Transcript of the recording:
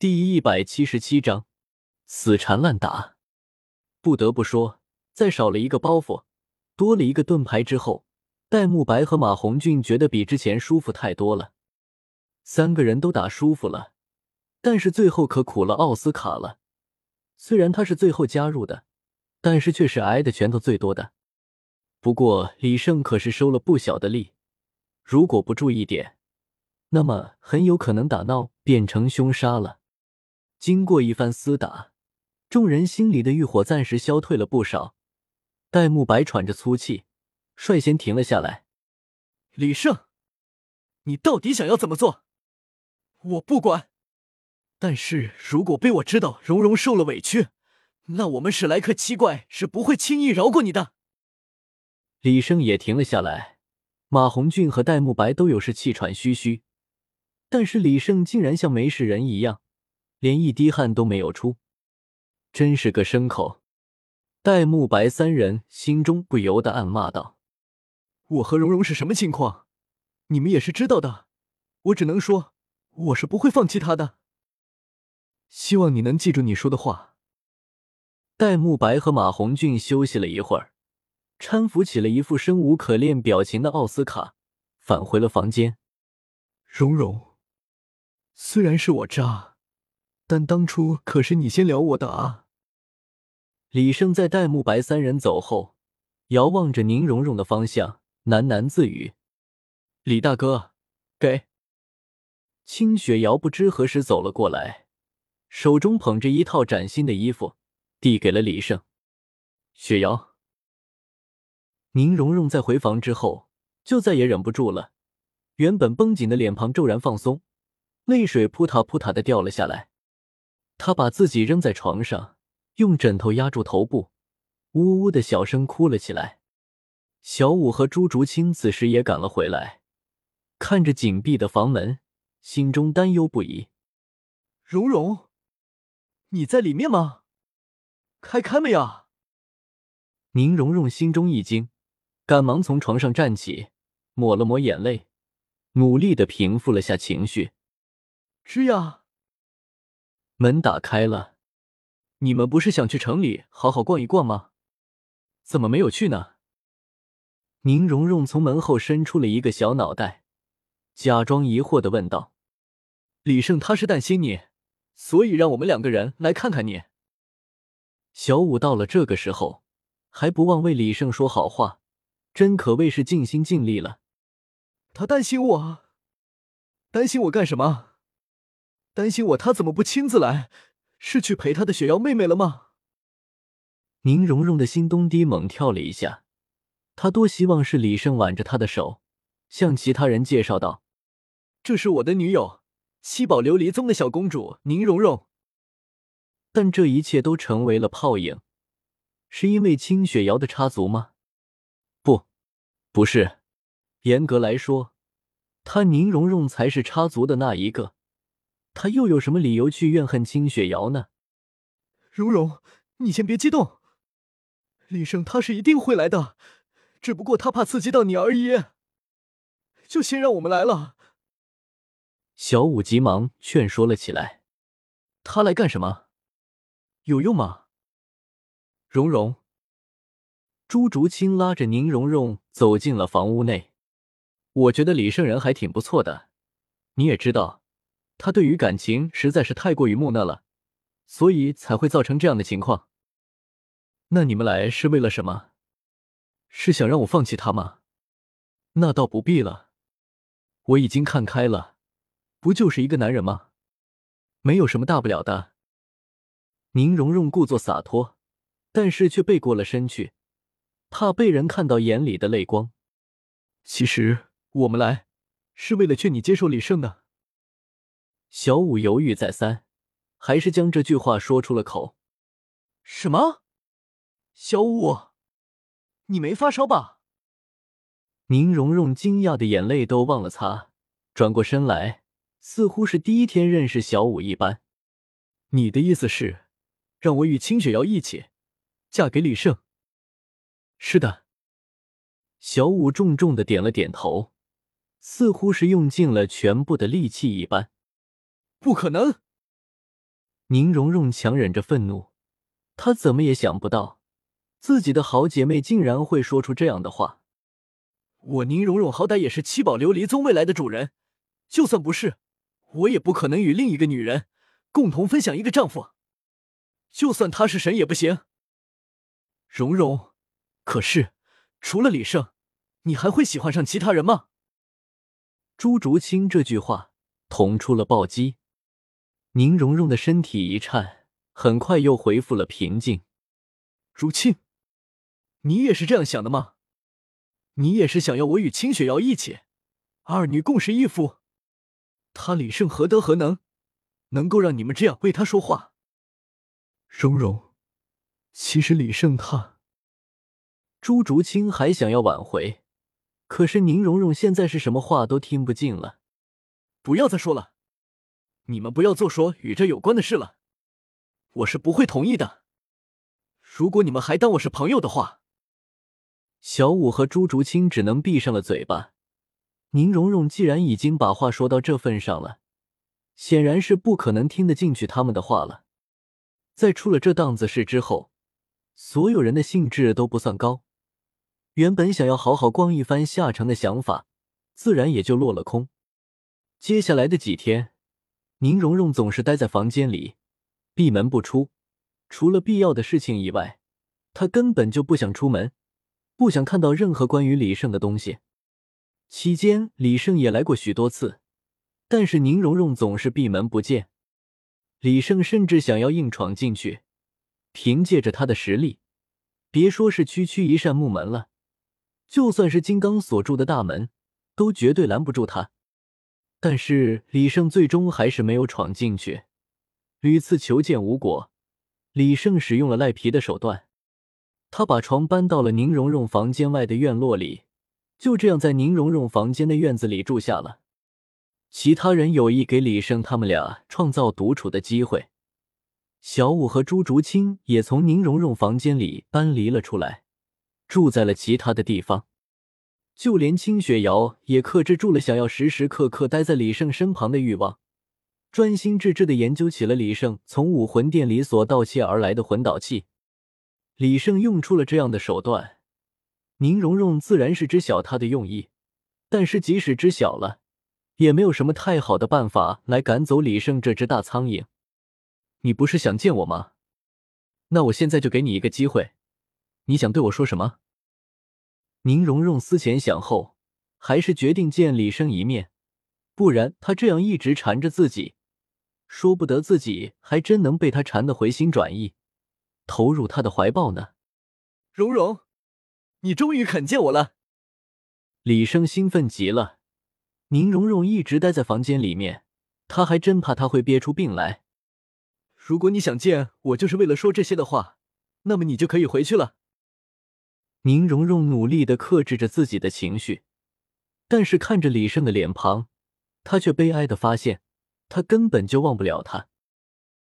第177章死缠烂打。不得不说，在少了一个包袱，多了一个盾牌之后，戴沐白和马红俊觉得比之前舒服太多了。三个人都打舒服了，但是最后可苦了奥斯卡了。虽然他是最后加入的，但是却是挨的拳头最多的。不过李胜可是收了不小的力，如果不注意点，那么很有可能打闹变成凶杀了。经过一番厮打，众人心里的欲火暂时消退了不少。戴沐白喘着粗气，率先停了下来。 李胜，你到底想要怎么做？我不管。但是如果被我知道蓉蓉受了委屈，那我们史莱克七怪是不会轻易饶过你的。 李胜也停了下来，马红俊和戴沐白都有些气喘吁吁，但是李胜竟然像没事人一样，连一滴汗都没有出，真是个牲口。戴沐白三人心中不由得暗骂道： 我和蓉蓉是什么情况，你们也是知道的，我只能说我是不会放弃她的。希望你能记住你说的话。 戴沐白和马红俊休息了一会儿，搀扶起了一副生无可恋表情的奥斯卡，返回了房间。 蓉蓉，虽然是我渣，但当初可是你先撩我的啊。 李胜在戴沐白三人走后，遥望着宁荣荣的方向，喃喃自语：李大哥，给。清雪瑶不知何时走了过来，手中捧着一套崭新的衣服，递给了李胜。雪瑶。宁荣荣在回房之后就再也忍不住了，原本绷紧的脸庞骤然放松，泪水扑嗒扑嗒的掉了下来。她把自己扔在床上，用枕头压住头部，呜呜的小声哭了起来。小五和朱竹清此时也赶了回来，看着紧闭的房门，心中担忧不已。 蓉蓉，你在里面吗？开门呀！ 宁荣荣心中一惊，赶忙从床上站起，抹了抹眼泪，努力地平复了下情绪。 吱呀！ 门打开了。你们不是想去城里好好逛一逛吗？怎么没有去呢？宁荣荣从门后伸出了一个小脑袋，假装疑惑地问道。 李胜他是担心你，所以让我们两个人来看看你。 小五到了这个时候还不忘为李胜说好话，真可谓是尽心尽力了。 他担心我？担心我干什么？担心我他怎么不亲自来？是去陪他的雪瑶妹妹了吗？ 宁荣荣的心咚滴猛跳了一下，她多希望是李胜挽着她的手，向其他人介绍道： 这是我的女友，七宝琉璃宗的小公主宁荣荣。 但这一切都成为了泡影。是因为清雪瑶的插足吗？不是，严格来说，她宁荣荣才是插足的那一个，她又有什么理由去怨恨清雪瑶呢？ 蓉蓉，你先别激动，李胜他是一定会来的，只不过他怕刺激到你而已。就先让我们来了。 小五急忙劝说了起来。他来干什么？有用吗？荣荣。朱竹清拉着宁荣荣走进了房屋内。我觉得李胜人还挺不错的，你也知道，他对于感情实在是太过于木讷了，所以才会造成这样的情况。那你们来是为了什么？是想让我放弃他吗？那倒不必了，我已经看开了，不就是一个男人吗？没有什么大不了的。宁荣荣故作洒脱，但是却背过了身去，怕被人看到眼里的泪光。 其实我们来是为了劝你接受李胜的。 小五犹豫再三，还是将这句话说出了口。 什么？小五，你没发烧吧？ 宁荣荣惊讶的眼泪都忘了擦，转过身来，似乎是第一天认识小五一般。 你的意思是让我与清雪瑶一起嫁给李胜？ 是的。小五重重的点了点头，似乎是用尽了全部的力气一般。 不可能！ 宁荣荣强忍着愤怒，她怎么也想不到，自己的好姐妹竟然会说出这样的话。 我宁荣荣好歹也是七宝琉璃宗未来的主人，就算不是，我也不可能与另一个女人共同分享一个丈夫。就算她是神也不行。荣荣，可是除了李胜，你还会喜欢上其他人吗？ 朱竹清这句话捅出了暴击，宁荣荣的身体一颤，很快又恢复了平静。 竹清，你也是这样想的吗？你也是想要我与清雪瑶一起，二女共侍一夫？他李胜何德何能，能够让你们这样为他说话？荣荣，其实李胜他…… 朱竹清还想要挽回，可是宁荣荣现在是什么话都听不进了。 不要再说了，你们不要做说与这有关的事了，我是不会同意的。如果你们还当我是朋友的话。 小舞和朱竹清只能闭上了嘴巴。宁荣荣既然已经把话说到这份上了，显然是不可能听得进去他们的话了。在出了这档子事之后，所有人的兴致都不算高，原本想要好好逛一番下城的想法，自然也就落了空。接下来的几天，宁荣荣总是待在房间里，闭门不出，除了必要的事情以外，她根本就不想出门，不想看到任何关于李胜的东西。期间李胜也来过许多次，但是宁荣荣总是闭门不见。李胜甚至想要硬闯进去，凭借着他的实力，别说是区区一扇木门了，就算是金刚锁住的大门，都绝对拦不住他。但是李胜最终还是没有闯进去，屡次求见无果，李胜使用了赖皮的手段，他把床搬到了宁荣荣房间外的院落里，就这样在宁荣荣房间的院子里住下了。其他人有意给李胜他们俩创造独处的机会，小舞和朱竹清也从宁荣荣房间里搬离了出来，住在了其他的地方。就连清雪瑶也克制住了想要时时刻刻待在李胜身旁的欲望，专心致志地研究起了李胜从武魂殿里所盗窃而来的魂导器。李胜用出了这样的手段，宁荣荣自然是知晓他的用意，但是即使知晓了，也没有什么太好的办法来赶走李胜这只大苍蝇。你不是想见我吗？那我现在就给你一个机会，你想对我说什么？宁荣荣思前想后，还是决定见李胜一面，不然他这样一直缠着自己，说不得自己还真能被他缠得回心转意，投入他的怀抱呢。 荣荣，你终于肯见我了。 李胜兴奋极了，宁荣荣一直待在房间里面，他还真怕他会憋出病来。 如果你想见我就是为了说这些的话，那么你就可以回去了。 宁荣荣努力地克制着自己的情绪，但是看着李胜的脸庞，她却悲哀地发现，他根本就忘不了他。